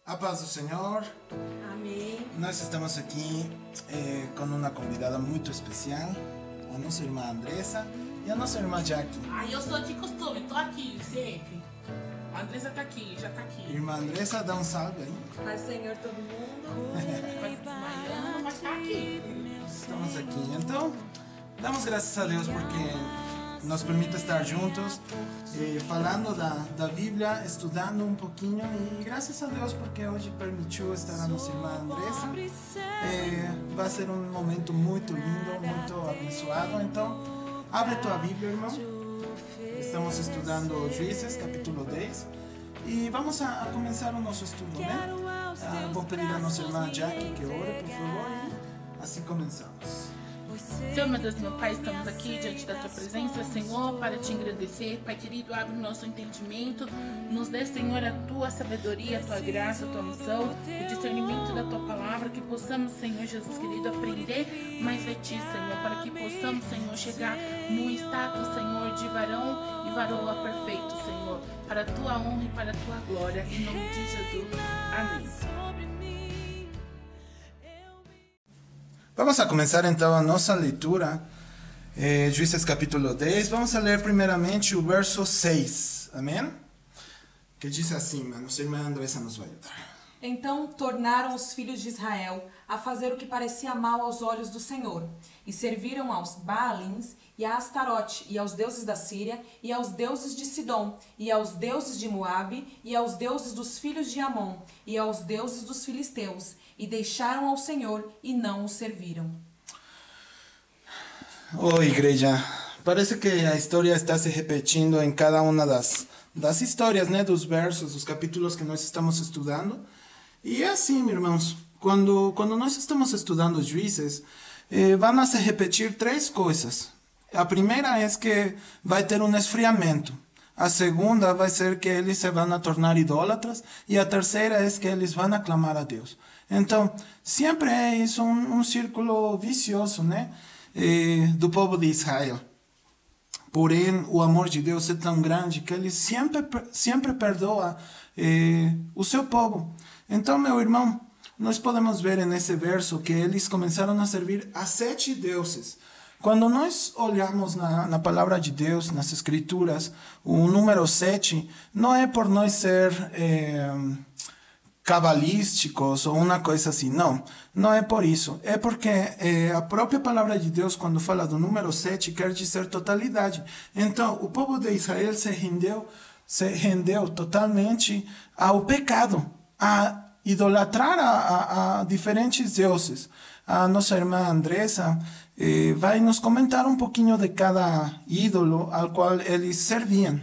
A paz do Senhor. Amém. Nós estamos aqui com uma convidada muito especial, a nossa irmã Andressa e a nossa irmã Jackie. Eu sou de costume, tô aqui sempre. A Andressa tá aqui, já tá aqui. Irmã Andressa, dá um salve aí. Paz do Senhor, todo mundo. Mas tá aqui. Estamos aqui. Então, damos graças a Deus porque nos permite estar juntos, falando da Bíblia, estudando um pouquinho, e graças a Deus porque hoje permitiu estar a nossa irmã Andressa. Vai ser um momento muito lindo, muito abençoado. Então, abre tua Bíblia, irmão. Estamos estudando Juízes, capítulo 10, e vamos a começar o nosso estudo, né? Vou pedir a nossa irmã Jackie que ore, por favor, e assim começamos. Senhor, meu Deus, meu Pai, estamos aqui diante da Tua presença, Senhor, para Te agradecer. Pai querido, abre o nosso entendimento, nos dê, Senhor, a Tua sabedoria, a Tua graça, a Tua missão, o discernimento da Tua palavra, que possamos, Senhor Jesus querido, aprender mais de Ti, Senhor, para que possamos, Senhor, chegar no status, Senhor, de varão e varoa perfeito, Senhor, para a Tua honra e para a Tua glória, em nome de Jesus. Amém. Vamos a começar então a nossa leitura, Juízes capítulo 10. Vamos a ler primeiramente o verso 6, amém? Que diz assim, a nossa irmã Andressa nos vai ajudar. Então tornaram os filhos de Israel a fazer o que parecia mal aos olhos do Senhor, e serviram aos Baalins e a Astarote, e aos deuses da Síria, e aos deuses de Sidom, e aos deuses de Moabe, e aos deuses dos filhos de Amon, e aos deuses dos filisteus, e deixaram ao Senhor e não o serviram. Igreja, parece que a história está se repetindo em cada uma das histórias, né, dos versos, dos capítulos que nós estamos estudando. E é assim, irmãos, quando nós estamos estudando Juízes, vão a se repetir três coisas. A primeira é que vai ter um esfriamento. A segunda vai ser que eles se vão a tornar idólatras. E a terceira é que eles vão a clamar a Deus. Então, sempre é isso um círculo vicioso, né? Do povo de Israel. Porém, o amor de Deus é tão grande que Ele sempre perdoa o seu povo. Então, meu irmão, nós podemos ver nesse verso que eles começaram a servir a 7 deuses. Quando nós olhamos na palavra de Deus, nas Escrituras, o número 7 não é por nós ser cabalísticos ou uma coisa assim, não é por isso, é porque a própria palavra de Deus, quando fala do número 7, quer dizer totalidade. Então, o povo de Israel se rendeu totalmente ao pecado, a idolatrar a diferentes deuses. A nossa irmã Andressa vai nos comentar um pouquinho de cada ídolo ao qual eles serviam.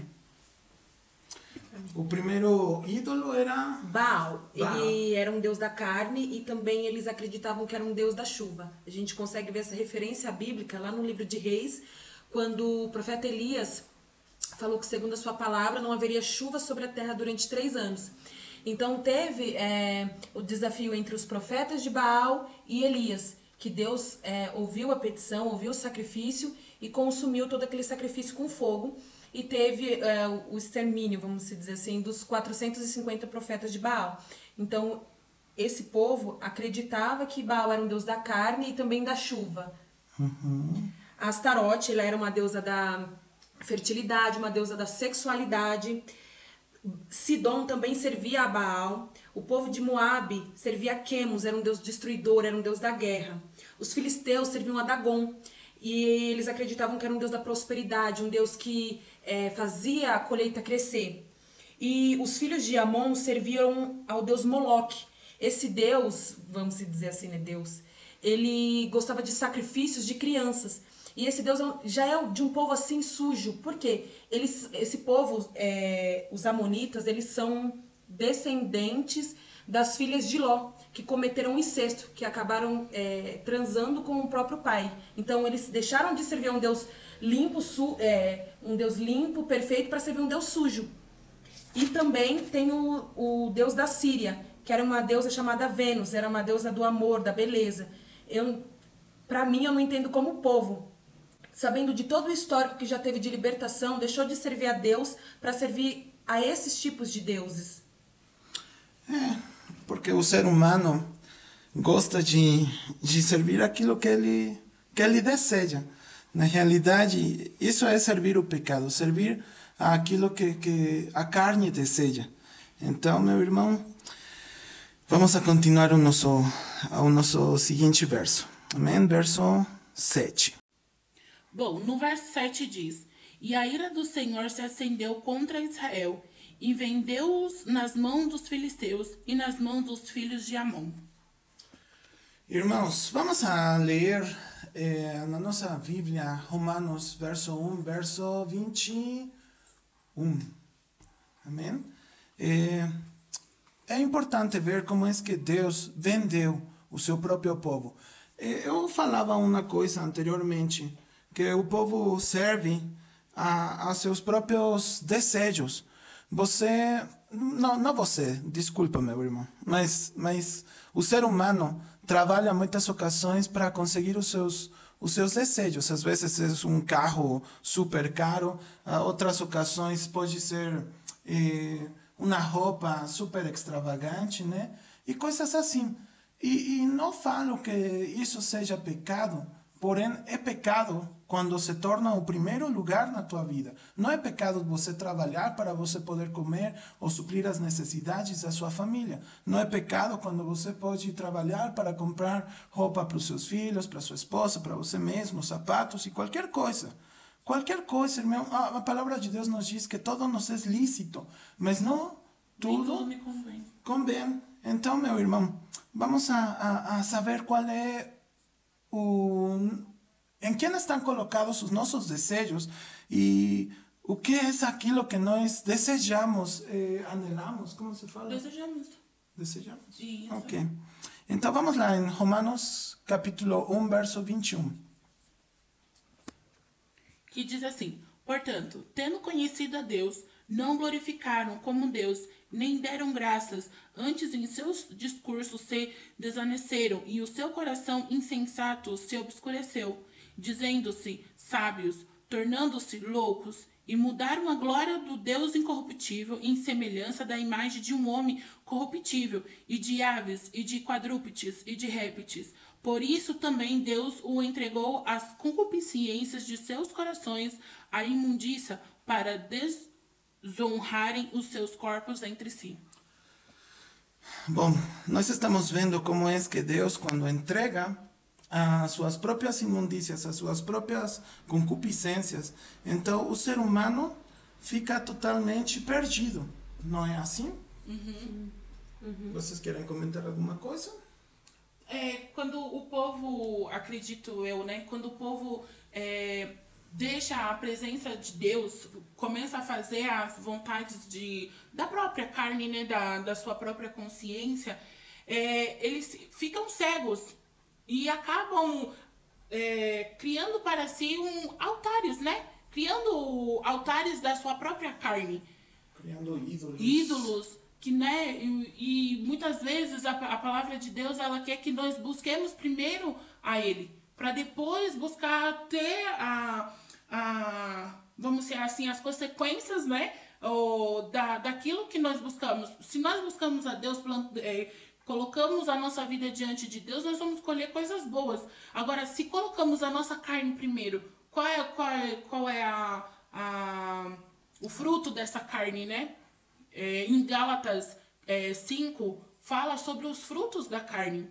O primeiro ídolo era Baal. Ele era um deus da carne e também eles acreditavam que era um deus da chuva. A gente consegue ver essa referência bíblica lá no livro de Reis, quando o profeta Elias falou que, segundo a sua palavra, não haveria chuva sobre a terra durante 3 anos. Então teve o desafio entre os profetas de Baal e Elias, que Deus ouviu a petição, ouviu o sacrifício e consumiu todo aquele sacrifício com fogo. E teve o extermínio, vamos dizer assim, dos 450 profetas de Baal. Então, esse povo acreditava que Baal era um deus da carne e também da chuva. Uhum. A Astarote, ela era uma deusa da fertilidade, uma deusa da sexualidade. Sidom também servia a Baal. O povo de Moabe servia a Quemos, era um deus destruidor, era um deus da guerra. Os filisteus serviam a Dagon. E eles acreditavam que era um deus da prosperidade, um deus que fazia a colheita crescer. E os filhos de Amon serviam ao deus Moloque. Esse deus, vamos dizer assim, né, Deus, ele gostava de sacrifícios de crianças. E esse deus já é de um povo assim sujo. Por quê? Esse povo, os amonitas, eles são descendentes das filhas de Ló, que cometeram incesto, que acabaram transando com o próprio pai. Então eles deixaram de servir a um Deus limpo, perfeito, para servir um Deus sujo. E também tem o Deus da Síria, que era uma deusa chamada Vênus, era uma deusa do amor, da beleza. Para mim, eu não entendo como o povo, sabendo de todo o histórico que já teve de libertação, deixou de servir a Deus para servir a esses tipos de deuses. porque o ser humano gosta de servir aquilo que ele deseja. Na realidade, isso é servir o pecado, servir aquilo que a carne deseja. Então, meu irmão, vamos a continuar o nosso seguinte verso. Amém? Verso 7. Bom, no verso 7 diz: E a ira do Senhor se acendeu contra Israel, e vendeu-os nas mãos dos filisteus e nas mãos dos filhos de Amon. Irmãos, vamos a ler na nossa Bíblia Romanos, verso 1, verso 21. Amém? É importante ver como é que Deus vendeu o seu próprio povo. Eu falava uma coisa anteriormente, que o povo serve a seus próprios desejos. Não você, desculpa, meu irmão, mas o ser humano trabalha muitas ocasiões para conseguir os seus desejos. Às vezes é um carro super caro, outras ocasiões pode ser uma roupa super extravagante, né? E coisas assim. E não falo que isso seja pecado, porém é pecado quando se torna o primeiro lugar na tua vida. Não é pecado você trabalhar para você poder comer ou suprir as necessidades da sua família. Não é pecado quando você pode trabalhar para comprar roupa para os seus filhos, para sua esposa, para você mesmo, sapatos e qualquer coisa. Qualquer coisa, irmão. A palavra de Deus nos diz que todo nos é lícito, mas não tudo me convém. Então, meu irmão, vamos a saber qual é em quem estão colocados os nossos desejos e o que é aquilo que nós desejamos, anelamos, como se fala? Desejamos? Isso. Ok. Então vamos lá em Romanos capítulo 1, verso 21. Que diz assim: Portanto, tendo conhecido a Deus, não glorificaram como Deus, nem deram graças, antes em seus discursos se desvaneceram, e o seu coração insensato se obscureceu, dizendo-se sábios, tornando-se loucos, e mudaram a glória do Deus incorruptível em semelhança da imagem de um homem corruptível, e de aves, e de quadrúpedes, e de répteis. Por isso também Deus o entregou às concupiscências de seus corações, à imundícia, para desonrarem os seus corpos entre si. Bom, nós estamos vendo como é que Deus, quando entrega as suas próprias imundícias, as suas próprias concupiscências, então o ser humano fica totalmente perdido. Não é assim? Vocês querem comentar alguma coisa? Quando o povo, acredito eu, né? Quando o povo deixa a presença de Deus, começa a fazer as vontades da própria carne, né? Da sua própria consciência, eles ficam cegos e acabam criando para si altares, né? Criando altares da sua própria carne. Criando Ídolos. Que, né, e muitas vezes a palavra de Deus, ela quer que nós busquemos primeiro a Ele, para depois buscar ter vamos dizer assim, as consequências, né, daquilo que nós buscamos. Se nós buscamos a Deus, colocamos a nossa vida diante de Deus, nós vamos colher coisas boas. Agora, se colocamos a nossa carne primeiro, qual é o fruto dessa carne, né? Em Gálatas 5, fala sobre os frutos da carne.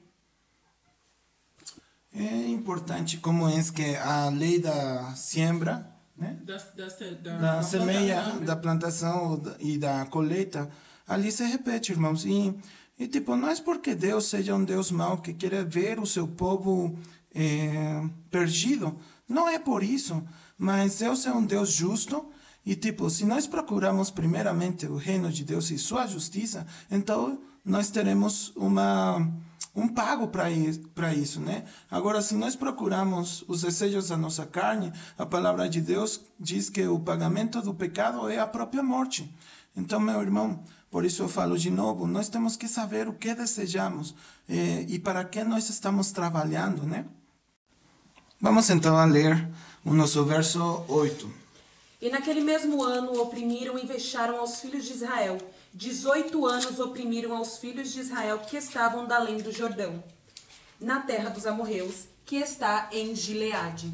É importante como é que a lei da siembra, né? Da semeia, da plantação e da colheita, ali se repete, irmãos. E tipo, não é porque Deus seja um Deus mau que quer ver o seu povo perdido. Não é por isso. Mas Deus é um Deus justo. E tipo, se nós procuramos primeiramente o reino de Deus e sua justiça, então nós teremos um pago para isso, né? Agora, se nós procuramos os desejos da nossa carne, a palavra de Deus diz que o pagamento do pecado é a própria morte. Então, meu irmão, por isso eu falo de novo, nós temos que saber o que desejamos e para que nós estamos trabalhando, né? Vamos então a ler o nosso verso 8. E naquele mesmo ano oprimiram e vexaram aos filhos de Israel, 18 anos oprimiram aos filhos de Israel que estavam da além do Jordão, na terra dos amorreus, que está em Gileade.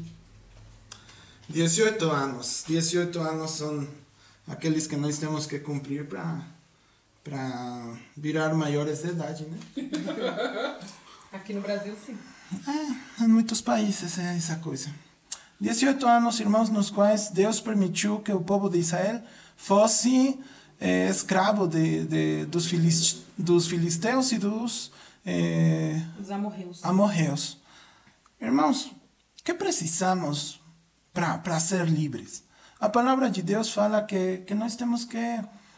18 anos. 18 anos são aqueles que nós temos que cumprir para virar maiores de idade, né? Aqui no Brasil, sim. Em muitos países é essa coisa. 18 anos, irmãos, nos quais Deus permitiu que o povo de Israel fosse escravo dos filisteus e dos amorreus. Irmãos, o que precisamos para ser livres? A palavra de Deus fala que nós temos que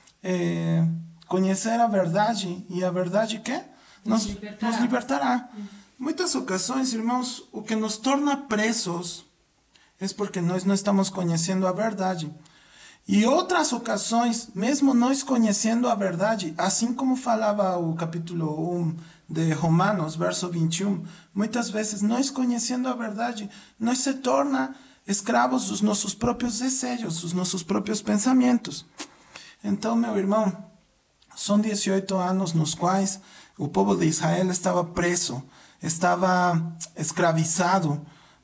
conhecer a verdade, e a verdade que nos libertará. Muitas ocasiões, irmãos, o que nos torna presos é porque nós não estamos conhecendo a verdade. E outras ocasiões, mesmo nós conhecendo a verdade, assim como falava o capítulo 1 de Romanos, verso 21, muitas vezes nós conhecendo a verdade, nós se torna escravos dos nossos próprios desejos, dos nossos próprios pensamentos. Então, meu irmão, são 18 anos nos quais o povo de Israel estava preso, estava escravizado,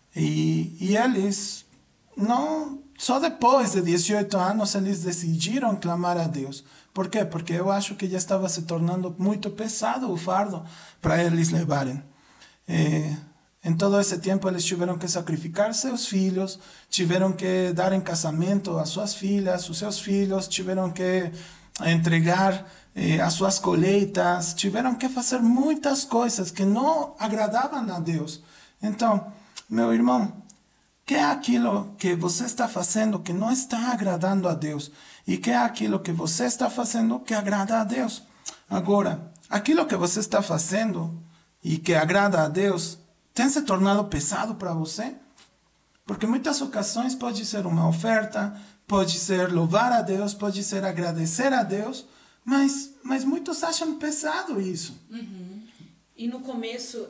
e eles não... Só depois de 18 anos eles decidiram clamar a Deus. Por quê? Porque eu acho que já estava se tornando muito pesado o fardo para eles levarem. Em todo esse tempo eles tiveram que sacrificar seus filhos, tiveram que dar em casamento as suas filhas, os seus filhos, tiveram que entregar as suas colheitas, tiveram que fazer muitas coisas que não agradavam a Deus. Então, meu irmão, que é aquilo que você está fazendo que não está agradando a Deus? E que é aquilo que você está fazendo que agrada a Deus? Agora, aquilo que você está fazendo e que agrada a Deus tem se tornado pesado para você? Porque muitas ocasiões pode ser uma oferta, pode ser louvar a Deus, pode ser agradecer a Deus, mas muitos acham pesado isso. Uhum. E no começo,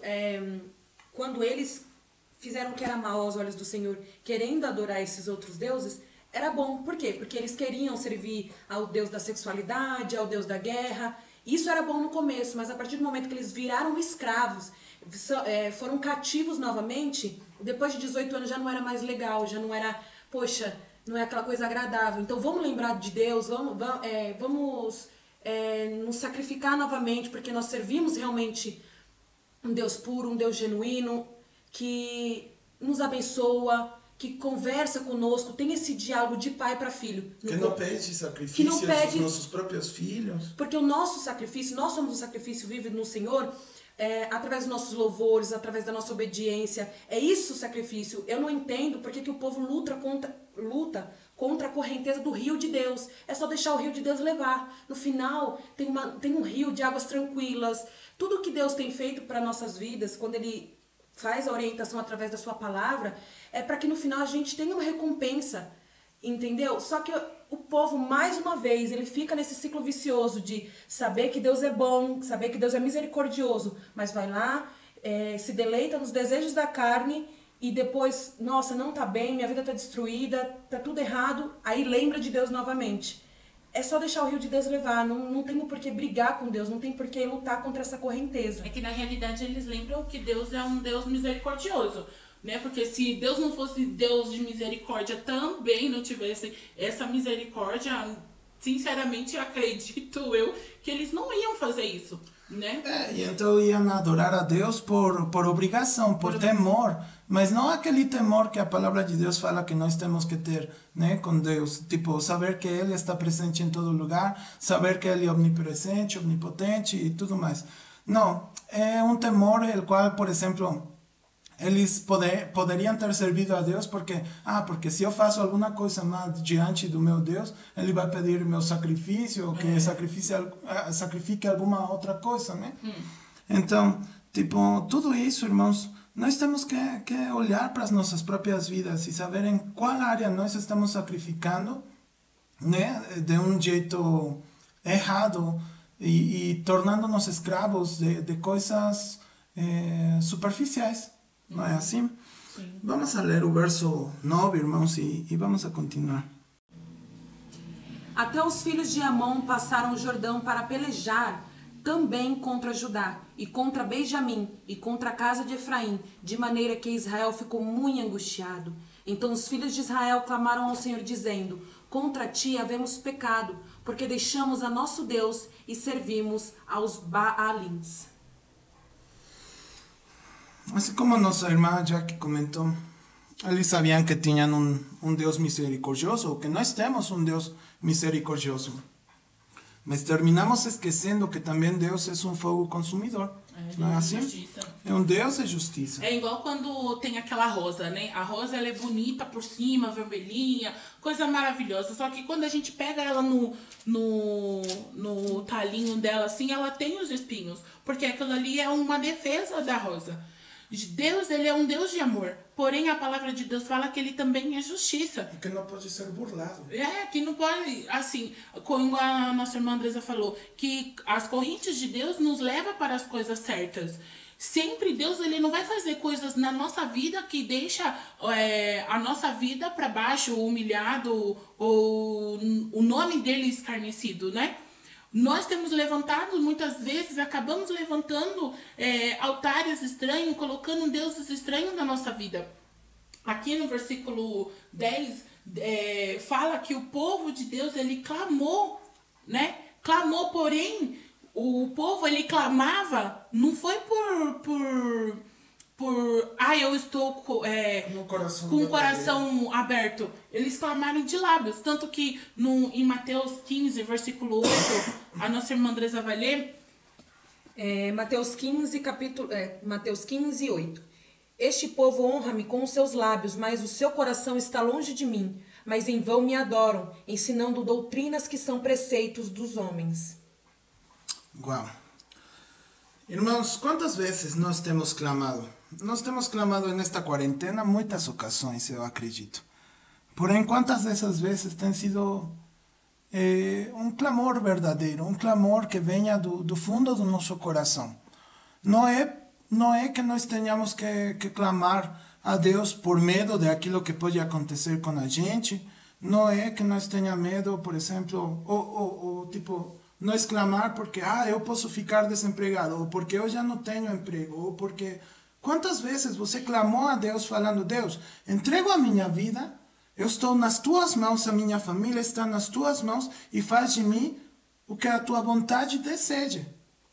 quando eles fizeram o que era mal aos olhos do Senhor, querendo adorar esses outros deuses, era bom. Por quê? Porque eles queriam servir ao Deus da sexualidade, ao Deus da guerra. Isso era bom no começo, mas a partir do momento que eles viraram escravos, foram cativos novamente, depois de 18 anos já não era mais legal, já não era, poxa, não é aquela coisa agradável. Então vamos lembrar de Deus, vamos nos sacrificar novamente, porque nós servimos realmente um Deus puro, um Deus genuíno, que nos abençoa, que conversa conosco, tem esse diálogo de pai para filho. Que não pede sacrifício dos nossos próprios filhos. Porque o nosso sacrifício, nós somos um sacrifício vivo no Senhor, através dos nossos louvores, através da nossa obediência. É isso o sacrifício. Eu não entendo porque que o povo luta contra a correnteza do rio de Deus. É só deixar o rio de Deus levar. No final, tem um rio de águas tranquilas. Tudo que Deus tem feito para nossas vidas, quando Ele faz a orientação através da sua palavra, é para que no final a gente tenha uma recompensa, entendeu? Só que o povo, mais uma vez, ele fica nesse ciclo vicioso de saber que Deus é bom, saber que Deus é misericordioso, mas vai lá, se deleita nos desejos da carne e depois, nossa, não tá bem, minha vida tá destruída, tá tudo errado, aí lembra de Deus novamente. É só deixar o rio de Deus levar, não tem por que brigar com Deus, não tem por que lutar contra essa correnteza. É que na realidade eles lembram que Deus é um Deus misericordioso, né? Porque se Deus não fosse Deus de misericórdia, também não tivesse essa misericórdia, sinceramente acredito eu que eles não iam fazer isso, né? E então iam adorar a Deus por obrigação, por temor, mas não aquele temor que a palavra de Deus fala que nós temos que ter, né, com Deus, tipo, saber que Ele está presente em todo lugar, saber que Ele é omnipresente, onipotente e tudo mais. Não, é um temor el qual, por exemplo, eles poderiam ter servido a Deus porque se eu faço alguma coisa má diante do meu Deus, Ele vai pedir meu sacrifício, ou que sacrifique alguma outra coisa, né? Então, tipo, tudo isso, irmãos, nós temos que olhar para as nossas próprias vidas e saber em qual área nós estamos sacrificando, né, de um jeito errado e tornando-nos escravos de coisas superficiais. Não é assim? Sim. Vamos a ler o verso 9, irmãos, e vamos a continuar. Até os filhos de Amon passaram o Jordão para pelejar também contra Judá, e contra Benjamim, e contra a casa de Efraim, de maneira que Israel ficou muito angustiado. Então os filhos de Israel clamaram ao Senhor, dizendo: contra ti havemos pecado, porque deixamos a nosso Deus e servimos aos Baalins. Assim como nossa irmã Jackie comentou, eles sabiam que tinham um Deus misericordioso, ou que nós temos um Deus misericordioso. Mas terminamos esquecendo que também Deus é um fogo consumidor. Não é assim? Justiça. É um Deus de justiça. É igual quando tem aquela rosa, né? A rosa, ela é bonita por cima, vermelhinha, coisa maravilhosa. Só que quando a gente pega ela no talinho dela, assim, ela tem os espinhos. Porque aquilo ali é uma defesa da rosa. Deus, ele é um Deus de amor. Porém, a palavra de Deus fala que ele também é justiça. E que não pode ser burlado. Que não pode, assim, como a nossa irmã Andresa falou, que as correntes de Deus nos levam para as coisas certas. Sempre Deus, ele não vai fazer coisas na nossa vida que deixa a nossa vida para baixo, humilhado, ou o nome dele escarnecido, né? Nós temos levantado, muitas vezes, acabamos levantando altares estranhos, colocando deuses estranhos na nossa vida. Aqui no versículo 10, fala que o povo de Deus, ele clamou, né? Clamou, porém, o povo, ele clamava, não foi eu estou com o coração aberto. Eles clamaram de lábios. Tanto que em Mateus 15, versículo 8, a nossa irmã Andresa vai ler. Mateus 15, 8. Este povo honra-me com os seus lábios, mas o seu coração está longe de mim. Mas em vão me adoram, ensinando doutrinas que são preceitos dos homens. Uau. Irmãos, quantas vezes nós temos clamado? Nós temos clamado nesta quarentena muitas ocasiões, eu acredito. Porém, quantas dessas vezes tem sido um clamor verdadeiro, um clamor que venha do fundo do nosso coração. Não é que nós tenhamos que clamar a Deus por medo de aquilo que pode acontecer com a gente. Não é que nós tenhamos medo, por exemplo, ou tipo, nós clamar porque eu posso ficar desempregado, ou porque eu já não tenho emprego, ou porque... Quantas vezes você clamou a Deus falando: Deus, entrego a minha vida, eu estou nas tuas mãos, a minha família está nas tuas mãos, e faz de mim o que a tua vontade deseja.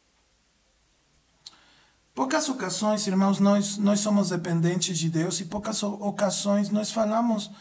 Poucas ocasiões, irmãos, nós somos dependentes de Deus, e poucas ocasiões nós falamos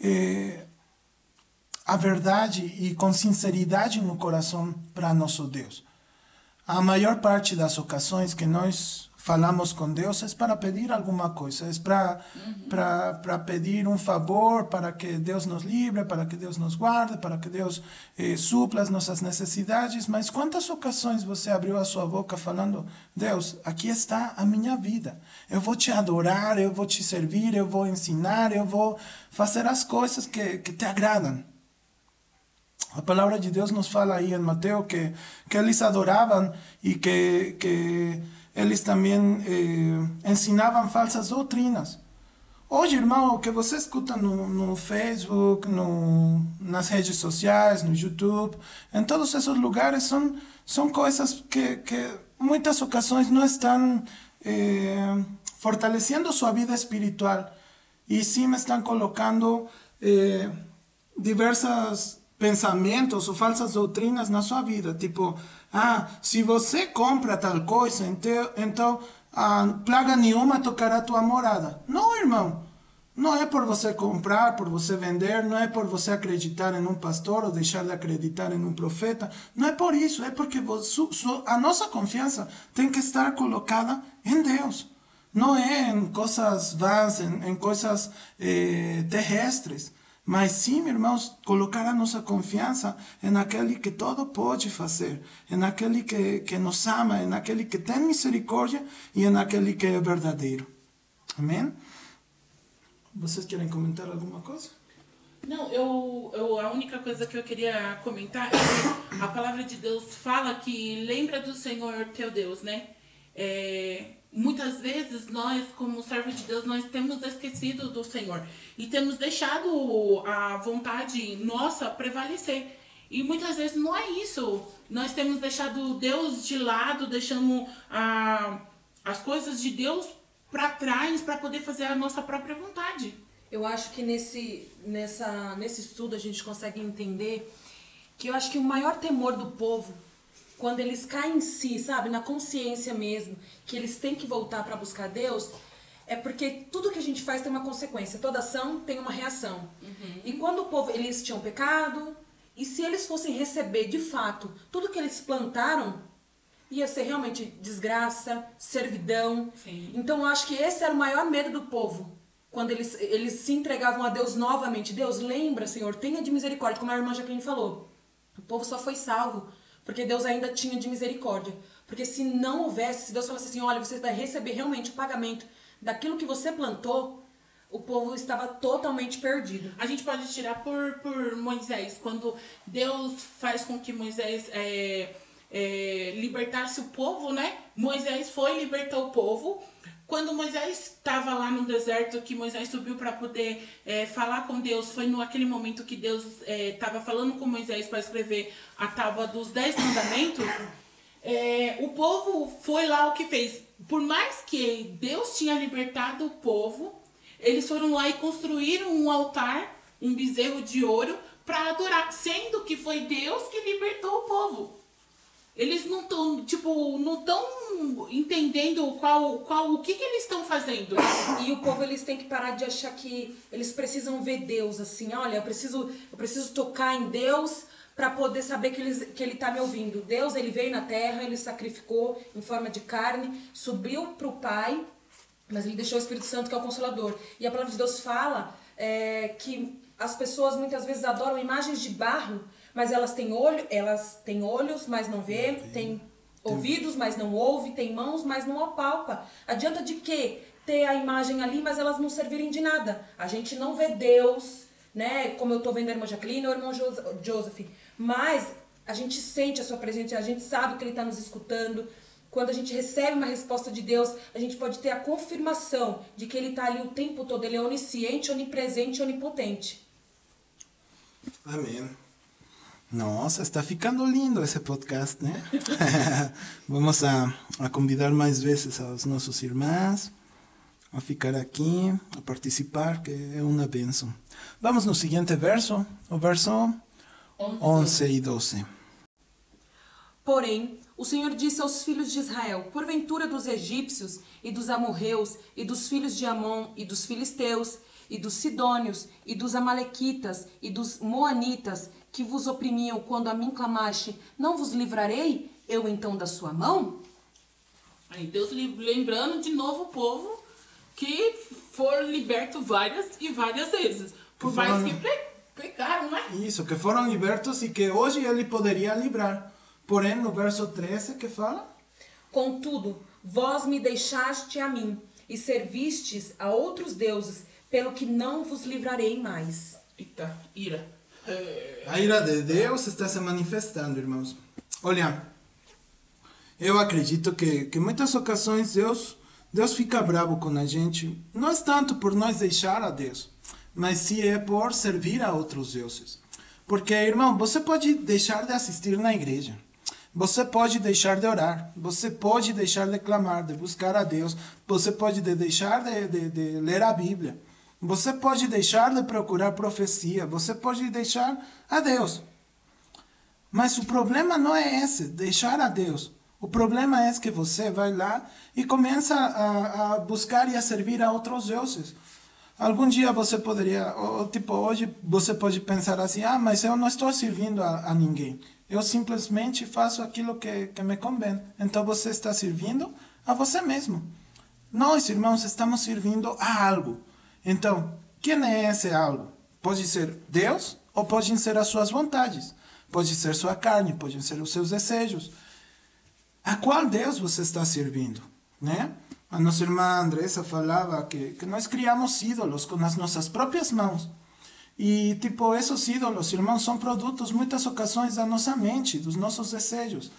a verdade e com sinceridade no coração para nosso Deus. A maior parte das ocasiões que nós falamos com Deus é para pedir alguma coisa, é para pedir um favor, para que Deus nos livre, para que Deus nos guarde, para que Deus supla as nossas necessidades. Mas quantas ocasiões você abriu a sua boca falando: Deus, aqui está a minha vida, eu vou te adorar, eu vou te servir, eu vou ensinar, eu vou fazer as coisas que te agradam. A palavra de Deus nos fala aí em Mateus que eles adoravam e que eles também ensinavam falsas doutrinas. Hoje, irmão, o que você escuta no Facebook, nas redes sociais, no YouTube, em todos esses lugares, são coisas que muitas ocasiões não estão fortalecendo sua vida espiritual, e sim estão colocando diversos pensamentos ou falsas doutrinas na sua vida, tipo: se você compra tal coisa, então plaga nenhuma tocará a tua morada. Não, irmão. Não é por você comprar, por você vender, não é por você acreditar em um pastor ou deixar de acreditar em um profeta. Não é por isso, é porque a nossa confiança tem que estar colocada em Deus. Não é em coisas vãs, em coisas terrestres. Mas sim, irmãos, colocar a nossa confiança naquele que todo pode fazer, naquele que nos ama, naquele que tem misericórdia e naquele que é verdadeiro. Amém? Vocês querem comentar alguma coisa? Não, a única coisa que eu queria comentar é que a palavra de Deus fala que lembra do Senhor teu Deus, né? Muitas vezes nós, como servos de Deus, nós temos esquecido do Senhor e temos deixado a vontade nossa prevalecer. E muitas vezes não é isso. Nós temos deixado Deus de lado, deixamos as coisas de Deus para trás para poder fazer a nossa própria vontade. Eu acho que nesse estudo a gente consegue entender que eu acho que o maior temor do povo, quando eles caem em si, sabe, na consciência mesmo, que eles têm que voltar para buscar Deus, é porque tudo que a gente faz tem uma consequência. Toda ação tem uma reação. E quando o povo, eles tinham pecado, e se eles fossem receber de fato tudo que eles plantaram, ia ser realmente desgraça, servidão. Sim. Então eu acho que esse era o maior medo do povo. Quando eles se entregavam a Deus novamente. Deus, lembra, Senhor, tenha de misericórdia, como a irmã Jaqueline falou. O povo só foi salvo porque Deus ainda tinha de misericórdia. Porque se não houvesse, se Deus falasse assim, olha, você vai receber realmente o pagamento daquilo que você plantou, o povo estava totalmente perdido. A gente pode tirar por Moisés, quando Deus faz com que Moisés libertasse o povo, né? Moisés foi e libertou o povo. Quando Moisés estava lá no deserto, que Moisés subiu para poder falar com Deus, foi naquele momento que Deus estava falando com Moisés para escrever a tábua dos 10 mandamentos. O povo foi lá, o que fez? Por mais que Deus tinha libertado o povo, eles foram lá e construíram um altar, um bezerro de ouro, para adorar, sendo que foi Deus que libertou o povo. Eles não estão, não estão entendendo o que eles estão fazendo. E o povo, eles têm que parar de achar que eles precisam ver Deus, assim, olha, eu preciso tocar em Deus para poder saber que ele está me ouvindo. Deus, ele veio na terra, ele sacrificou em forma de carne, subiu para o Pai, mas ele deixou o Espírito Santo, que é o Consolador. E a palavra de Deus fala que as pessoas muitas vezes adoram imagens de barro, mas elas têm olhos, mas não vê, têm ouvidos, mas não ouve, têm mãos, mas não apalpa. Adianta de quê? Ter a imagem ali, mas elas não servirem de nada. A gente não vê Deus, né? Como eu tô vendo a irmã Jaqueline ou o irmão Joseph. Mas a gente sente a sua presença, a gente sabe que ele está nos escutando. Quando a gente recebe uma resposta de Deus, a gente pode ter a confirmação de que ele está ali o tempo todo. Ele é onisciente, onipresente, onipotente. Amém. Nossa, está ficando lindo esse podcast, né? Vamos a convidar mais vezes aos nossos irmãos a ficar aqui, a participar, que é uma bênção. Vamos no seguinte verso, o verso 11 e 12. Porém, o Senhor disse aos filhos de Israel, porventura dos egípcios e dos amorreus e dos filhos de Amon e dos filisteus e dos sidônios e dos amalequitas e dos moanitas que vos oprimiam quando a mim clamaste, não vos livrarei eu então da sua mão? Aí Deus lembrando de novo o povo que foram libertos várias e várias vezes. Por mais que pecaram, né? Isso, que foram libertos e que hoje ele poderia livrar. Porém, no verso 13 que fala? Contudo, vós me deixaste a mim e servistes a outros deuses, pelo que não vos livrarei mais. Eita, ira. A ira de Deus está se manifestando, irmãos. Olha, eu acredito que em muitas ocasiões Deus fica bravo com a gente. Não é tanto por nós deixar a Deus, mas sim é por servir a outros deuses. Porque, irmão, você pode deixar de assistir na igreja. Você pode deixar de orar. Você pode deixar de clamar, de buscar a Deus. Você pode deixar de ler a Bíblia. Você pode deixar de procurar profecia. Você pode deixar a Deus. Mas o problema não é esse, deixar a Deus. O problema é que você vai lá e começa a buscar e a servir a outros deuses. Algum dia você poderia, hoje você pode pensar assim, mas eu não estou servindo a ninguém. Eu simplesmente faço aquilo que me convém. Então você está servindo a você mesmo. Nós, irmãos, estamos servindo a algo. Então, quem é esse algo? Pode ser Deus ou podem ser as suas vontades. Pode ser sua carne, podem ser os seus desejos. A qual Deus você está servindo? Né? A nossa irmã Andressa falava que nós criamos ídolos com as nossas próprias mãos. E, esses ídolos, irmãos, são produtos, muitas ocasiões, da nossa mente, dos nossos desejos.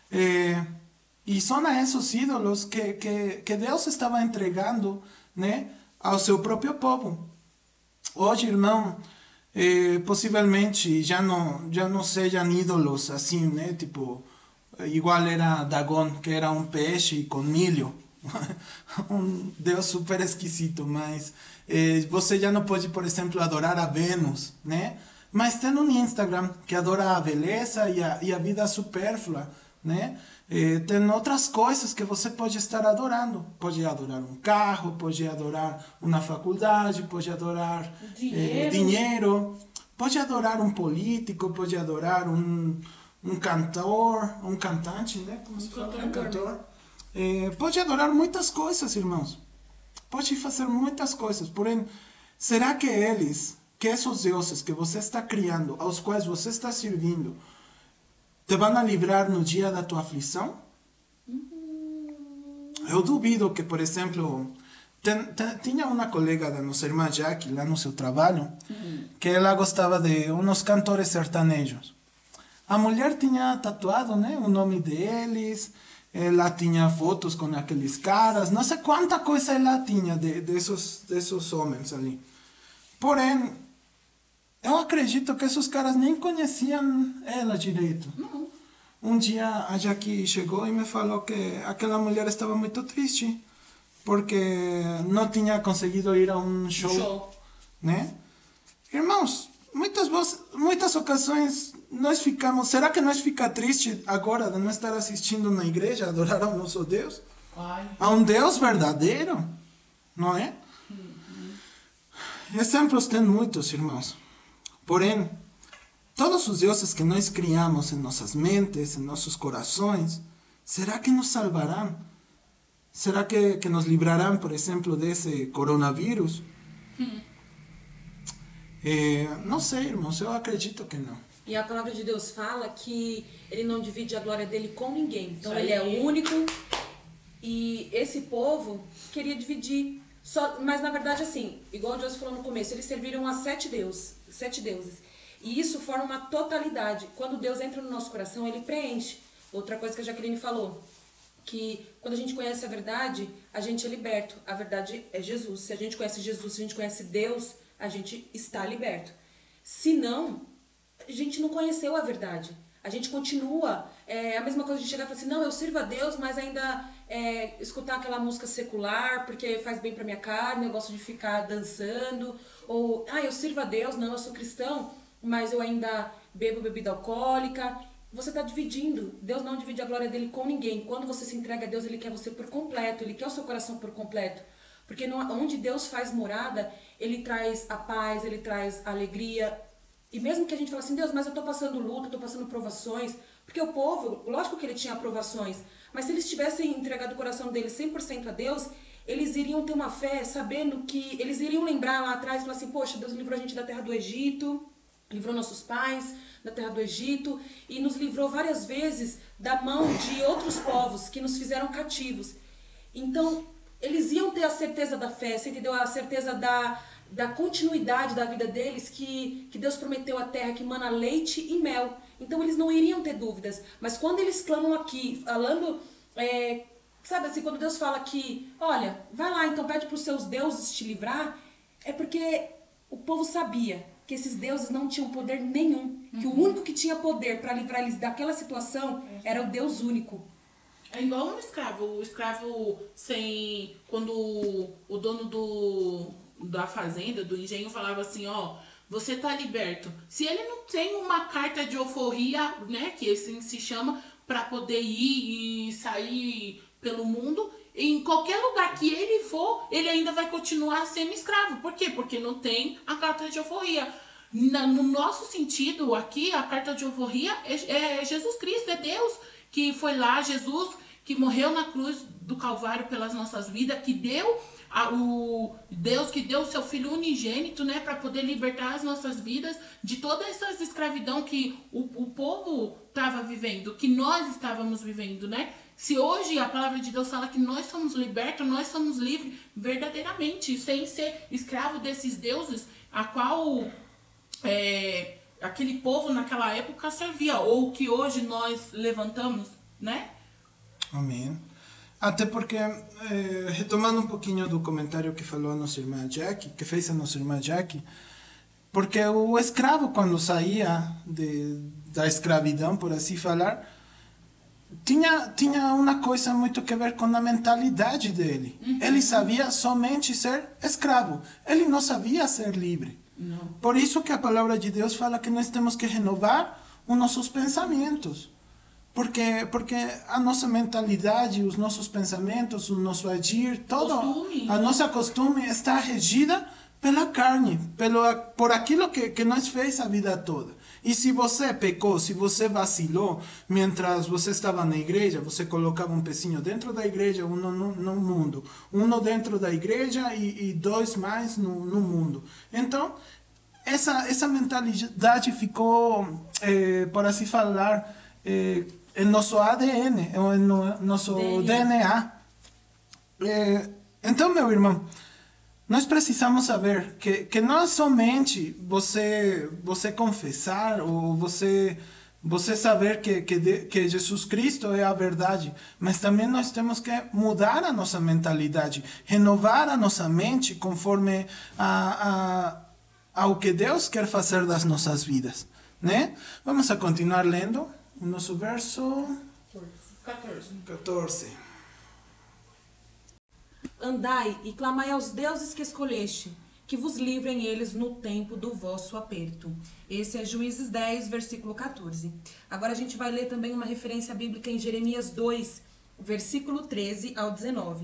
E são a esses ídolos que Deus estava entregando, né, ao seu próprio povo. Hoje, irmão, possivelmente já não sejam ídolos assim, né? Tipo, igual era Dagon, que era um peixe com milho. Um Deus super esquisito, mas você já não pode, por exemplo, adorar a Vênus, né? Mas tem um Instagram que adora a beleza e a vida supérflua, né? Tem outras coisas que você pode estar adorando. Pode adorar um carro, pode adorar uma faculdade, pode adorar dinheiro, pode adorar um político, pode adorar um cantor, um cantante, né? Como se fala? Um cantor. Pode adorar muitas coisas, irmãos. Pode fazer muitas coisas. Porém, será que esses deuses que você está criando, aos quais você está servindo, te vão a livrar no dia da tua aflição? Eu duvido que, por exemplo, tinha uma colega da nossa irmã Jackie, lá no seu trabalho, que ela gostava de uns cantores sertanejos. A mulher tinha tatuado, né, o nome deles, ela tinha fotos com aqueles caras, não sei quanta coisa ela tinha desses homens ali. Porém, eu acredito que esses caras nem conheciam ela direito. Um dia a Jackie chegou e me falou que aquela mulher estava muito triste porque não tinha conseguido ir a um show. Né? Irmãos, muitas ocasiões nós ficamos... Será que nós ficamos tristes agora de não estar assistindo na igreja, adorar ao nosso Deus? A um Deus verdadeiro, não é? Exemplos tem muitos, irmãos. Porém, todos os deuses que nós criamos em nossas mentes, em nossos corações, será que nos salvarão? Será que nos livrarão, por exemplo, desse coronavírus? Não sei, irmãos, eu acredito que não. E a palavra de Deus fala que ele não divide a glória dele com ninguém. Então ele é o único. E esse povo queria dividir. Mas na verdade, assim, igual Deus falou no começo, eles serviram a 7 deuses. E isso forma uma totalidade. Quando Deus entra no nosso coração, ele preenche. Outra coisa que a Jaqueline falou, que quando a gente conhece a verdade, a gente é liberto. A verdade é Jesus. Se a gente conhece Jesus, se a gente conhece Deus, a gente está liberto. Se não, a gente não conheceu a verdade. A gente continua, a mesma coisa de chegar e falar assim, não, eu sirvo a Deus, mas ainda escutar aquela música secular, porque faz bem pra minha carne, eu gosto de ficar dançando. Ou, eu sirvo a Deus, não, eu sou cristão, mas eu ainda bebo bebida alcoólica. Você está dividindo. Deus não divide a glória dele com ninguém. Quando você se entrega a Deus, ele quer você por completo, ele quer o seu coração por completo. Porque onde Deus faz morada, ele traz a paz, ele traz a alegria. E mesmo que a gente fale assim, Deus, mas eu tô passando luta, eu tô passando provações. Porque o povo, lógico que ele tinha provações, mas se eles tivessem entregado o coração deles 100% a Deus, eles iriam ter uma fé, sabendo que eles iriam lembrar lá atrás e falar assim, poxa, Deus livrou a gente da terra do Egito, livrou nossos pais da terra do Egito e nos livrou várias vezes da mão de outros povos que nos fizeram cativos. Então, eles iam ter a certeza da fé, você entendeu? A certeza da continuidade da vida deles, que Deus prometeu a terra que mana leite e mel. Então eles não iriam ter dúvidas. Mas quando eles clamam aqui, falando, sabe assim, quando Deus fala que, olha, vai lá, então pede para os seus deuses te livrar, é porque o povo sabia que esses deuses não tinham poder nenhum. Que o único que tinha poder para livrar eles daquela situação era o Deus único. É igual um escravo. O escravo sem... Quando o dono da fazenda, do engenho, falava assim, ó, você tá liberto. Se ele não tem uma carta de alforria, né, que assim se chama, para poder ir e sair pelo mundo, em qualquer lugar que ele for, ele ainda vai continuar sendo escravo. Por quê? Porque não tem a carta de alforria. No nosso sentido aqui, a carta de alforria é Jesus Cristo, é Deus que foi lá, Jesus que morreu na cruz do Calvário pelas nossas vidas, que deu o Deus que deu o seu Filho unigênito, né, para poder libertar as nossas vidas de toda essa escravidão que o povo estava vivendo, que nós estávamos vivendo, né? Se hoje a palavra de Deus fala que nós somos libertos, nós somos livres verdadeiramente, sem ser escravo desses deuses, a qual aquele povo naquela época servia, ou que hoje nós levantamos, né? Amém. Até porque, retomando um pouquinho do comentário que falou a nossa irmã Jackie, que fez a nossa irmã Jackie, Porque o escravo, quando saía da escravidão, por assim falar, tinha uma coisa muito que ver com a mentalidade dele. Ele sabia somente ser escravo. Ele não sabia ser livre. Não. Por isso que a palavra de Deus fala que nós temos que renovar os nossos pensamentos. Porque a nossa mentalidade, os nossos pensamentos, o nosso agir, a nossa costume está regida pela carne, por aquilo que nós fez a vida toda. E se você pecou, se você vacilou, mientras você estava na igreja, você colocava um pezinho dentro da igreja, um no mundo. Um dentro da igreja e dois mais no mundo. Então, essa mentalidade ficou, por assim falar, em nosso ADN, em nosso DNA. Então, meu irmão, nós precisamos saber que não é somente você confessar ou você saber que Jesus Cristo é a verdade, mas também nós temos que mudar a nossa mentalidade, renovar a nossa mente conforme ao que Deus quer fazer das nossas vidas, né? Vamos a continuar lendo o nosso verso 14. Andai e clamai aos deuses que escolheste, que vos livrem eles no tempo do vosso aperto. Esse é Juízes 10, versículo 14. Agora a gente vai ler também uma referência bíblica em Jeremias 2, versículo 13 ao 19.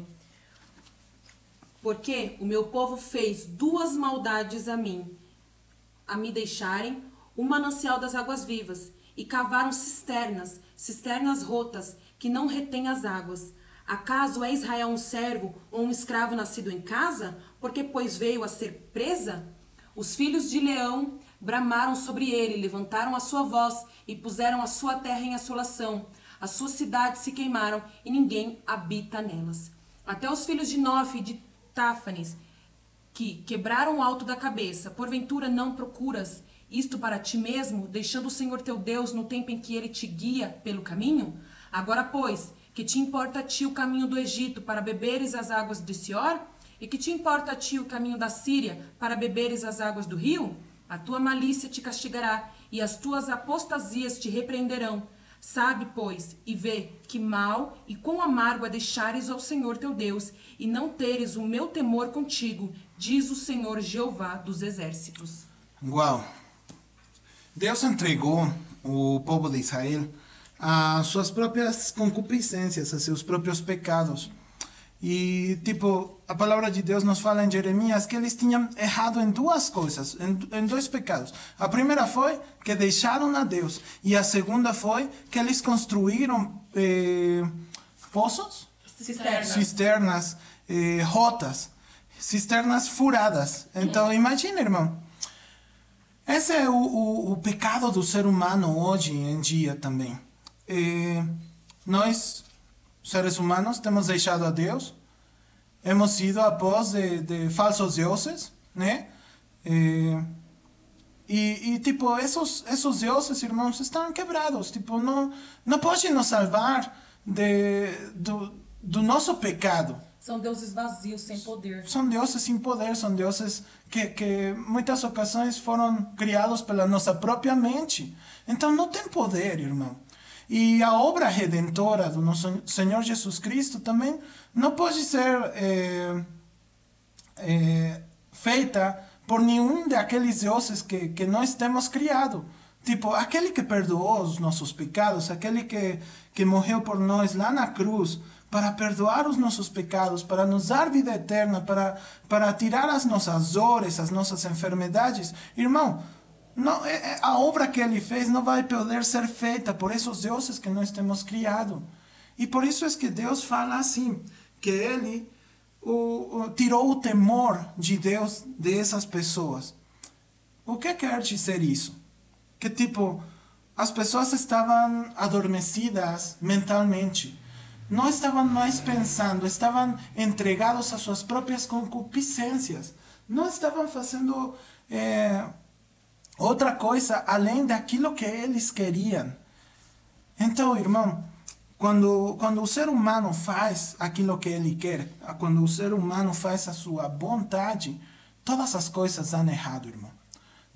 Porque o meu povo fez duas maldades a mim, a me deixarem o manancial das águas vivas, e cavaram cisternas rotas, que não retêm as águas. Acaso é Israel um servo ou um escravo nascido em casa? Porque, pois, veio a ser presa? Os filhos de Leão bramaram sobre ele, levantaram a sua voz e puseram a sua terra em assolação. As suas cidades se queimaram e ninguém habita nelas. Até os filhos de Nofe e de Táfanes, que quebraram o alto da cabeça, porventura não procuras isto para ti mesmo, deixando o Senhor teu Deus no tempo em que ele te guia pelo caminho? Agora, pois, que te importa a ti o caminho do Egito para beberes as águas de Sior? E que te importa a ti o caminho da Síria para beberes as águas do rio? A tua malícia te castigará e as tuas apostasias te repreenderão. Sabe, pois, e vê que mal e quão amargo é deixares ao Senhor teu Deus e não teres o meu temor contigo, diz o Senhor Jeová dos exércitos. Uau! Deus entregou o povo de Israel a suas próprias concupiscências, a seus próprios pecados. E, a palavra de Deus nos fala em Jeremias que eles tinham errado em duas coisas, em dois pecados. A primeira foi que deixaram a Deus. E a segunda foi que eles construíram poços? Cisternas rotas, cisternas furadas. Então, imagina, irmão. Esse é o pecado do ser humano hoje em dia também. Nós, seres humanos, temos deixado a Deus, hemos ido após de falsos deuses, né? Esses deuses, irmãos, estão quebrados. Não podem nos salvar do nosso pecado. São deuses vazios, sem poder. São deuses sem poder, são deuses que muitas ocasiões foram criados pela nossa própria mente. Então não tem poder, irmão. E a obra redentora do nosso Senhor Jesus Cristo também não pode ser feita por nenhum daqueles deuses que nós temos criado. Aquele que perdoou os nossos pecados, aquele que morreu por nós lá na cruz, para perdoar os nossos pecados, para nos dar vida eterna, para tirar as nossas dores, as nossas enfermidades. Irmão, não, a obra que ele fez não vai poder ser feita por esses deuses que nós temos criado. E por isso é que Deus fala assim, que ele tirou o temor de Deus dessas pessoas. O que quer dizer isso? Que as pessoas estavam adormecidas mentalmente. Não estavam mais pensando, estavam entregados às suas próprias concupiscências. Não estavam fazendo outra coisa além daquilo que eles queriam. Então, irmão, quando o ser humano faz aquilo que ele quer, quando o ser humano faz a sua vontade, todas as coisas dão errado, irmão.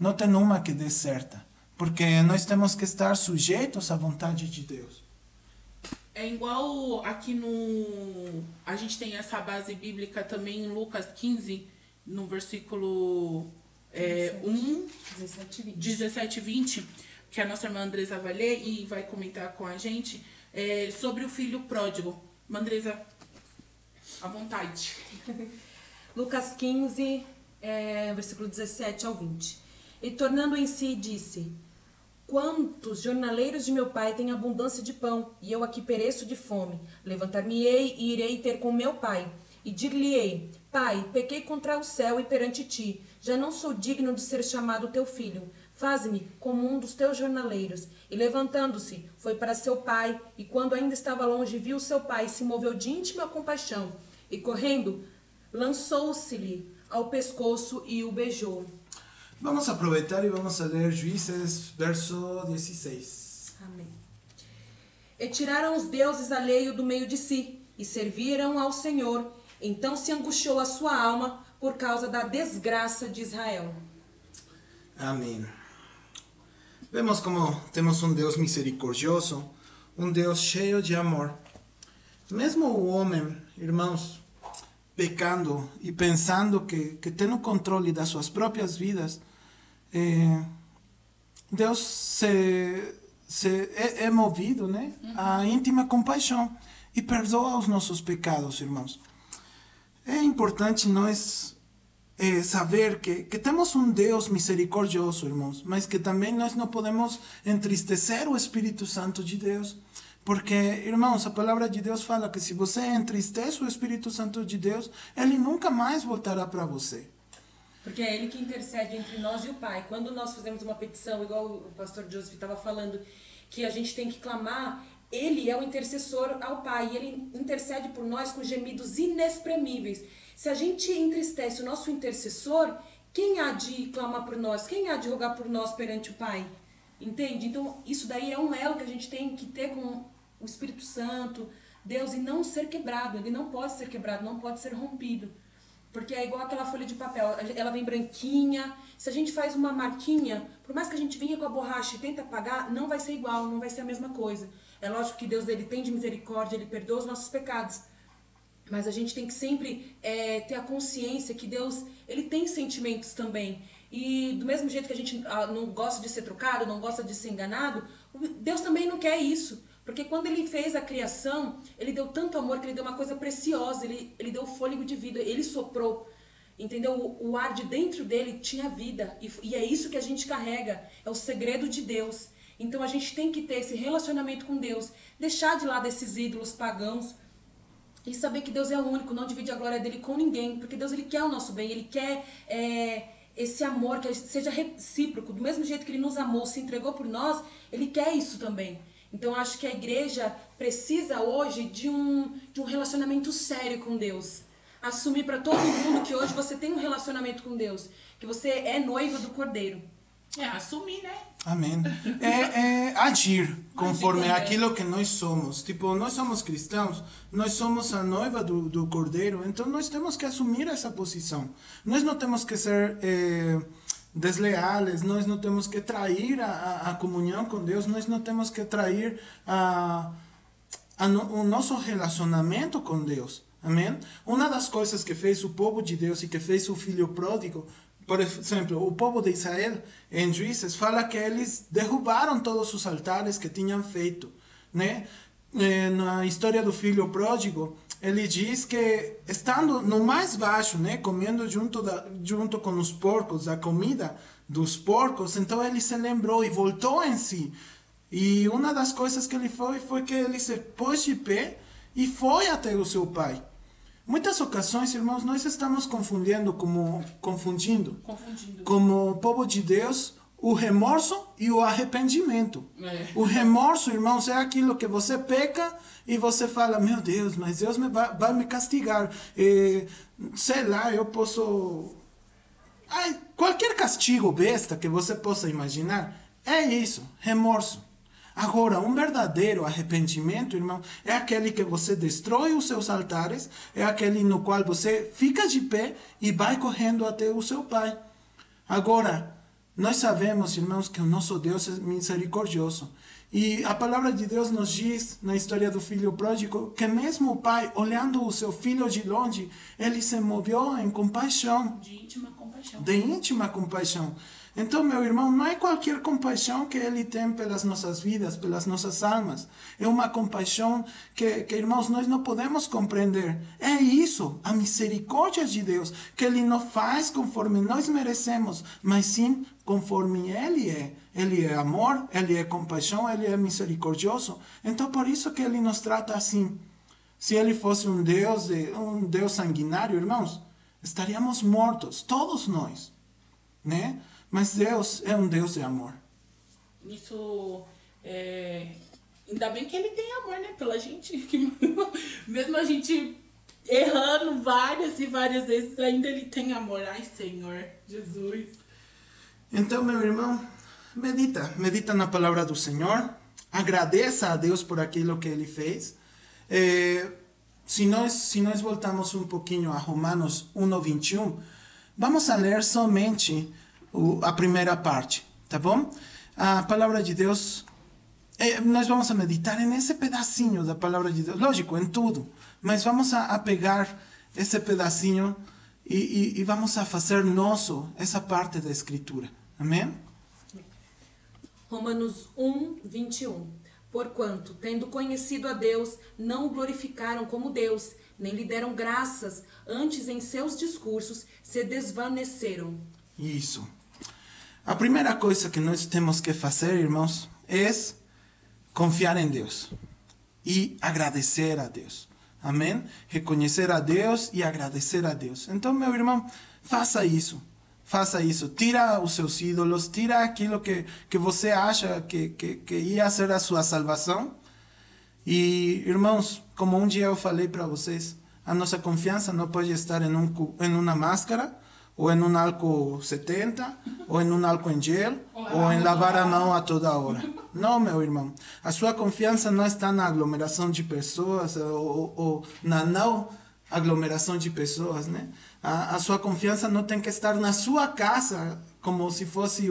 não tem uma que dê certa. Porque nós temos que estar sujeitos à vontade de Deus. É igual aqui no... A gente tem essa base bíblica também em Lucas 15, no versículo 1, 17 e 20, que a nossa irmã Andresa vai ler e vai comentar com a gente sobre o filho pródigo. Andresa, à vontade. Lucas 15, versículo 17 ao 20. E tornando em si, disse: quantos jornaleiros de meu pai têm abundância de pão, e eu aqui pereço de fome? Levantar-me-ei e irei ter com meu pai. E dir-lhe-ei: Pai, pequei contra o céu e perante ti. Já não sou digno de ser chamado teu filho. Faze-me como um dos teus jornaleiros. E levantando-se, foi para seu pai, e quando ainda estava longe, viu seu pai, se moveu de íntima compaixão, e correndo, lançou-se-lhe ao pescoço e o beijou. Vamos aproveitar e vamos a ler Juízes, verso 16. Amém. E tiraram os deuses alheio do meio de si, e serviram ao Senhor. Então se angustiou a sua alma por causa da desgraça de Israel. Amém. Vemos como temos um Deus misericordioso, um Deus cheio de amor. Mesmo o homem, irmãos, pecando e pensando que tem o controle das suas próprias vidas, Deus é movido, né, a íntima compaixão e perdoa os nossos pecados, irmãos. É importante nós saber que temos um Deus misericordioso, irmãos, mas que também nós não podemos entristecer o Espírito Santo de Deus. Porque, irmãos, a palavra de Deus fala que se você entristece o Espírito Santo de Deus, ele nunca mais voltará para você. Porque é ele que intercede entre nós e o Pai. Quando nós fazemos uma petição, igual o pastor Joseph estava falando, que a gente tem que clamar, ele é o intercessor ao Pai. E ele intercede por nós com gemidos inexprimíveis. Se a gente entristece o nosso intercessor, quem há de clamar por nós? Quem há de rogar por nós perante o Pai? Entende? Então, isso daí é um elo que a gente tem que ter com o Espírito Santo, Deus, e não ser quebrado. Ele não pode ser quebrado, não pode ser rompido. Porque é igual aquela folha de papel, ela vem branquinha. Se a gente faz uma marquinha, por mais que a gente venha com a borracha e tenta apagar, não vai ser igual, não vai ser a mesma coisa. É lógico que Deus, ele tem de misericórdia, ele perdoa os nossos pecados. Mas a gente tem que sempre ter a consciência que Deus, ele tem sentimentos também. E do mesmo jeito que a gente não gosta de ser trocado, não gosta de ser enganado, Deus também não quer isso. Porque quando ele fez a criação, ele deu tanto amor que ele deu uma coisa preciosa, ele deu fôlego de vida, ele soprou. Entendeu? O ar de dentro dele tinha vida. E é isso que a gente carrega, é o segredo de Deus. Então a gente tem que ter esse relacionamento com Deus, deixar de lado esses ídolos pagãos, e saber que Deus é o único, não divide a glória dele com ninguém, porque Deus, ele quer o nosso bem, ele quer esse amor que seja recíproco, do mesmo jeito que ele nos amou, se entregou por nós, ele quer isso também. Então acho que a igreja precisa hoje de um relacionamento sério com Deus. Assumir para todo mundo que hoje você tem um relacionamento com Deus, que você é noiva do Cordeiro. Assumir, né? Amém. Agir conforme aquilo que nós somos. Tipo, nós somos cristãos, nós somos a noiva do Cordeiro, então nós temos que assumir essa posição. Nós não temos que ser desleais, nós não temos que trair a comunhão com Deus, nós não temos que trair o nosso relacionamento com Deus. Amém? Uma das coisas que fez o povo de Deus e que fez o filho pródigo, por exemplo, o povo de Israel, em Juízes, fala que eles derrubaram todos os altares que tinham feito, né? Na história do filho pródigo, ele diz que estando no mais baixo, né, comendo junto com os porcos, a comida dos porcos, então ele se lembrou e voltou em si. E uma das coisas que ele foi que ele se pôs de pé e foi até o seu pai. Muitas ocasiões, irmãos, nós estamos confundindo como povo de Deus o remorso e o arrependimento. O remorso, irmãos, é aquilo que você peca e você fala, meu Deus, mas Deus vai me castigar. Sei lá, eu posso... qualquer castigo besta que você possa imaginar, é isso, remorso. Agora, um verdadeiro arrependimento, irmão, é aquele que você destrói os seus altares, é aquele no qual você fica de pé e vai correndo até o seu pai. Agora, Nós sabemos, irmãos, que o nosso Deus é misericordioso. E a palavra de Deus nos diz, na história do filho pródigo, que mesmo o pai, olhando o seu filho de longe, ele se moveu em compaixão. De íntima compaixão. De íntima compaixão. Então, meu irmão, não é qualquer compaixão que ele tem pelas nossas vidas, pelas nossas almas. É uma compaixão que, irmãos, nós não podemos compreender. É isso, a misericórdia de Deus, que Ele não faz conforme nós merecemos, mas sim conforme Ele é. Ele é amor, Ele é compaixão, Ele é misericordioso. Então, por isso que Ele nos trata assim. Se Ele fosse um Deus sanguinário, irmãos, estaríamos mortos, todos nós, né? Mas Deus é um Deus de amor. Isso, ainda bem que Ele tem amor, né, pela gente. Que mesmo a gente errando várias e várias vezes, ainda Ele tem amor. Ai, Senhor, Jesus. Então, meu irmão, medita na palavra do Senhor. Agradeça a Deus por aquilo que Ele fez. Se nós voltamos um pouquinho a Romanos 1:21, vamos a ler somente a primeira parte, tá bom? A palavra de Deus, nós vamos a meditar nesse pedacinho da palavra de Deus, lógico, em tudo, mas vamos a pegar esse pedacinho e vamos a fazer nosso essa parte da Escritura, amém? Romanos 1:21. Porquanto, tendo conhecido a Deus, não o glorificaram como Deus, nem lhe deram graças, antes em seus discursos se desvaneceram. Isso. A primeira coisa que nós temos que fazer, irmãos, é confiar em Deus e agradecer a Deus. Amém? Reconhecer a Deus e agradecer a Deus. Então, meu irmão, faça isso. Faça isso. Tira os seus ídolos, tira aquilo que você acha que ia ser a sua salvação. E, irmãos, como um dia eu falei para vocês, a nossa confiança não pode estar em uma máscara, ou em um álcool 70, ou em um álcool em gel, ou em lavar a mão a toda hora. Não, meu irmão. A sua confiança não está na aglomeração de pessoas, ou na não aglomeração de pessoas, né? A sua confiança não tem que estar na sua casa, como se fosse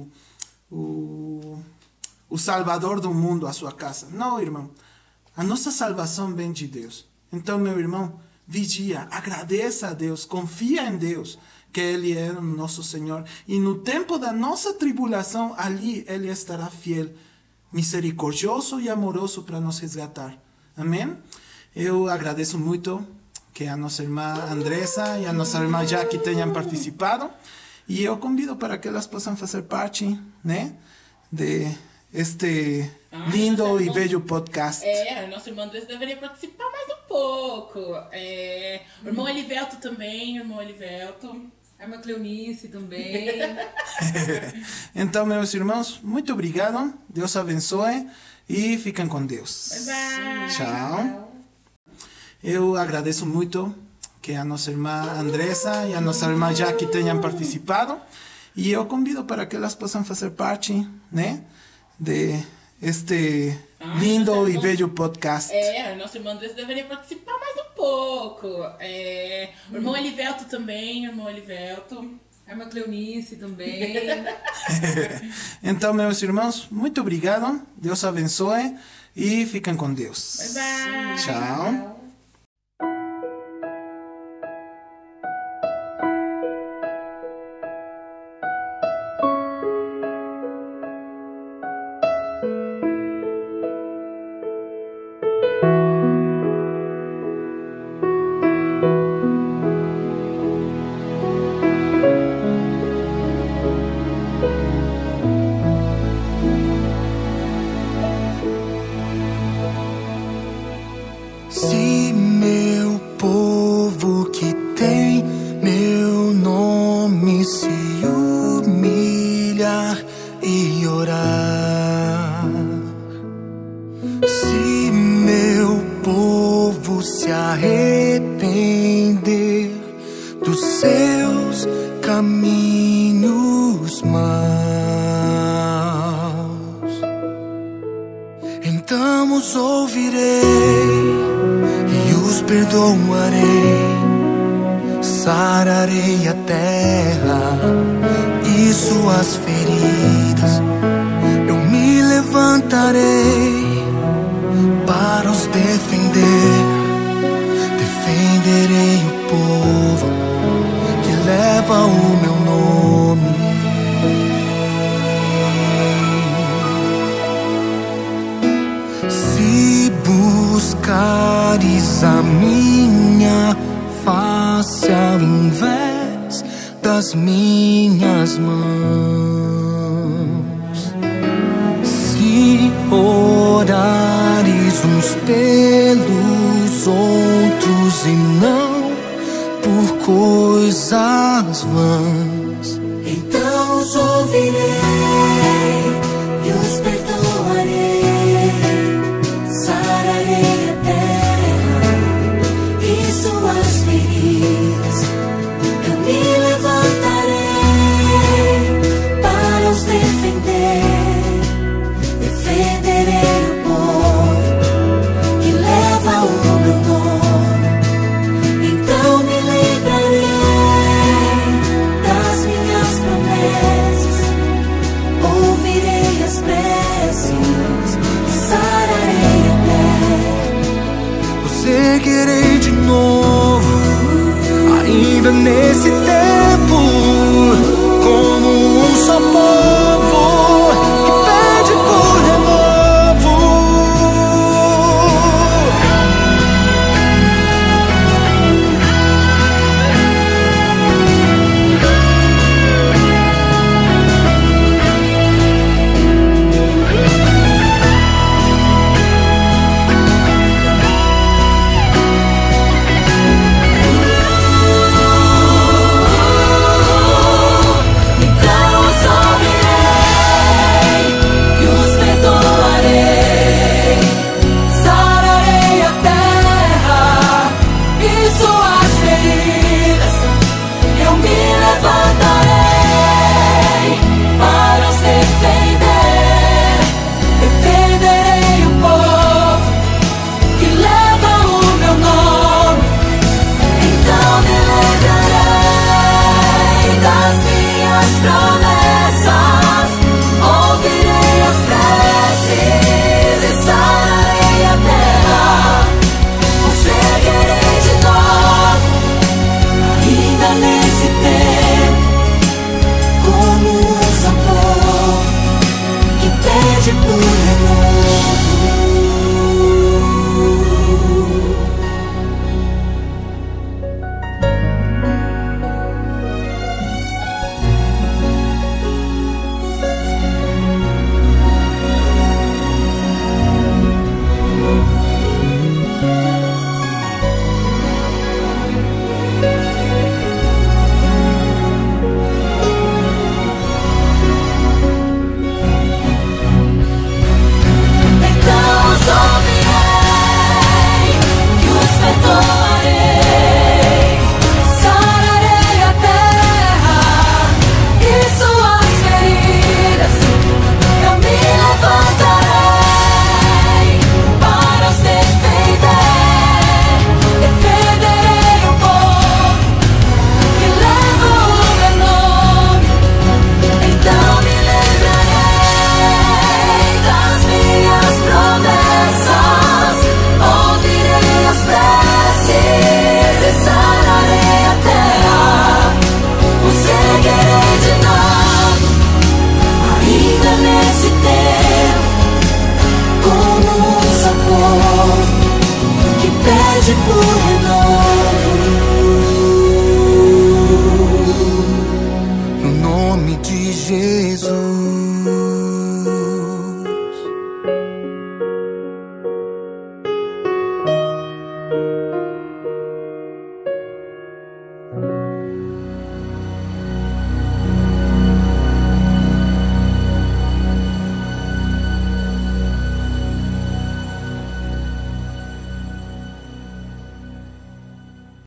o salvador do mundo, a sua casa. Não, irmão. A nossa salvação vem de Deus. Então, meu irmão, vigia, agradeça a Deus, confia em Deus, que Ele é o nosso Senhor. E no tempo da nossa tribulação, ali Ele estará fiel, misericordioso e amoroso para nos resgatar. Amém? Eu agradeço muito que a nossa irmã Andressa e a nossa irmã Jackie tenham participado. E eu convido para que elas possam fazer parte, né, de este lindo e bello podcast. A nossa irmã Andressa deveria participar mais um pouco. O irmão Elivelto também, A irmã Cleonice também. Então, meus irmãos, muito obrigado. Deus abençoe e fiquem com Deus. Bye, bye. Tchau. Eu agradeço muito que a nossa irmã Andressa e a nossa irmã Jackie tenham participado. E eu convido para que elas possam fazer parte, né, de este lindo e bello podcast. A nossa irmã Andressa deveria participar mais um pouco. O irmão Elivelto também, A irmã Cleonice também. Então, meus irmãos, muito obrigado. Deus abençoe e fiquem com Deus. Bye, bye. Tchau. Se meu povo que tem meu nome se humilhar e orar, se meu povo se arrepender dos seus caminhos maus, então os ouvirei e os perdoarei. sararei a terra e suas feridas. Eu me levantarei para os defender. Defenderei o povo que leva o meu nome. Se buscares a minha face ao invés das minhas mãos, se orares uns pelos outros e não por coisas vãs, então os ouvirei e os perdoarei, sararei a terra e suas feridas. Eu me levantarei para os defender. Defenderei o povo que leva o meu nome. Então me lembrarei das minhas promessas. Ouvirei as preces e sararei a terra. eu seguirei de novo, ainda nesse tempo.